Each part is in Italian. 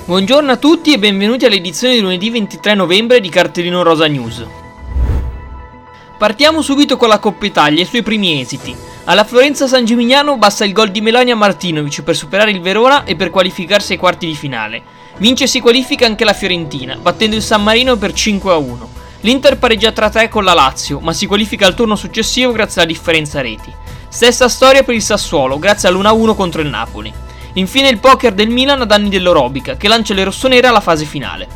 Buongiorno a tutti e benvenuti all'edizione di lunedì 23 novembre di Cartellino Rosa News. Partiamo subito con la Coppa Italia e i suoi primi esiti. Alla Florenza San Gimignano basta il gol di Melania Martinovic per superare il Verona e per qualificarsi ai quarti di finale. Vince e si qualifica anche la Fiorentina, battendo il San Marino per 5-1. L'Inter pareggia 3-3 con la Lazio, ma si qualifica al turno successivo grazie alla differenza reti. Stessa storia per il Sassuolo, grazie all'1-1 contro il Napoli. Infine il poker del Milan a danni dell'Orobica, che lancia le rossonere alla fase finale.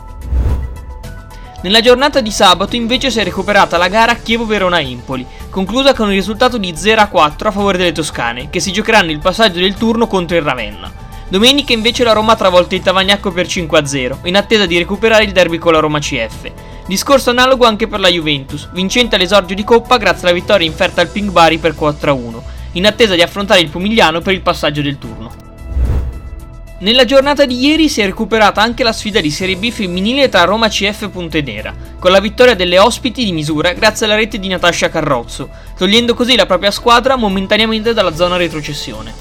Nella giornata di sabato invece si è recuperata la gara Chievo-Verona-Empoli, conclusa con il risultato di 0-4 a favore delle toscane, che si giocheranno il passaggio del turno contro il Ravenna. Domenica invece la Roma ha travolto il Tavagnacco per 5-0, in attesa di recuperare il derby con la Roma CF. Discorso analogo anche per la Juventus, vincente all'esordio di Coppa grazie alla vittoria inferta al Pink Bari per 4-1, in attesa di affrontare il Pomigliano per il passaggio del turno. Nella giornata di ieri si è recuperata anche la sfida di Serie B femminile tra Roma CF e Pontedera, con la vittoria delle ospiti di misura grazie alla rete di Natascia Carrozzo, togliendo così la propria squadra momentaneamente dalla zona retrocessione.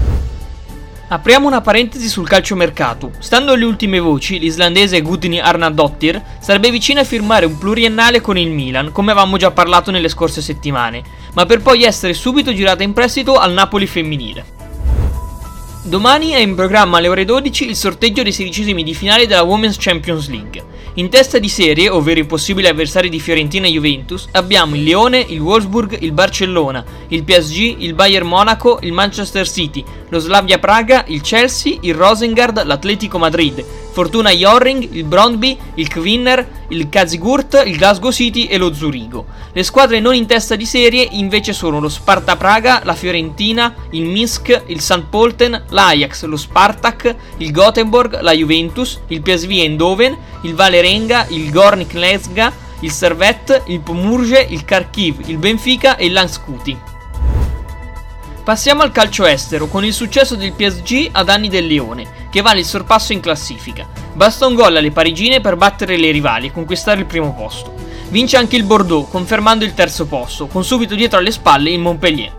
Apriamo una parentesi sul calciomercato. Stando alle ultime voci, l'islandese Gudni Arnardóttir sarebbe vicina a firmare un pluriennale con il Milan, come avevamo già parlato nelle scorse settimane, ma per poi essere subito girata in prestito al Napoli femminile. Domani è in programma alle ore 12 il sorteggio dei 16esimi di finale della Women's Champions League. In testa di serie, ovvero i possibili avversari di Fiorentina e Juventus, abbiamo il Lione, il Wolfsburg, il Barcellona, il PSG, il Bayern Monaco, il Manchester City, lo Slavia Praga, il Chelsea, il Rosengard, l'Atletico Madrid, Fortuna Jorring, il Brøndby, il Kviner, il Kazigurt, il Glasgow City e lo Zurigo. Le squadre non in testa di serie invece sono lo Sparta Praga, la Fiorentina, il Minsk, il St. Pölten, l'Ajax, lo Spartak, il Gothenburg, la Juventus, il PSV Eindhoven, il Vålerenga, il Gornik Lesga, il Servette, il Pomurge, il Kharkiv, il Benfica e il Landskuti. Passiamo al calcio estero, con il successo del PSG a danni del Lione, che vale il sorpasso in classifica. Basta un gol alle parigine per battere le rivali e conquistare il primo posto. Vince anche il Bordeaux, confermando il terzo posto, con subito dietro alle spalle il Montpellier.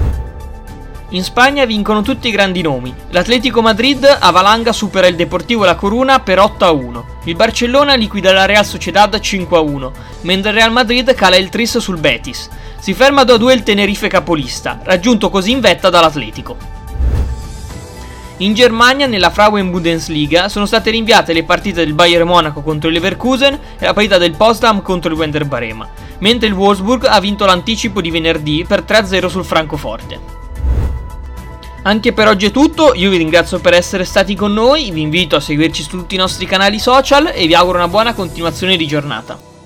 In Spagna vincono tutti i grandi nomi. L'Atletico Madrid a valanga supera il Deportivo La Coruna per 8-1. Il Barcellona liquida la Real Sociedad 5-1, mentre il Real Madrid cala il tris sul Betis. Si ferma 2-2 il Tenerife capolista, raggiunto così in vetta dall'Atletico. In Germania, nella Frauen-Bundesliga, sono state rinviate le partite del Bayern Monaco contro il Leverkusen e la partita del Potsdam contro il Werder Brema, mentre il Wolfsburg ha vinto l'anticipo di venerdì per 3-0 sul Francoforte. Anche per oggi è tutto, io vi ringrazio per essere stati con noi, vi invito a seguirci su tutti i nostri canali social e vi auguro una buona continuazione di giornata.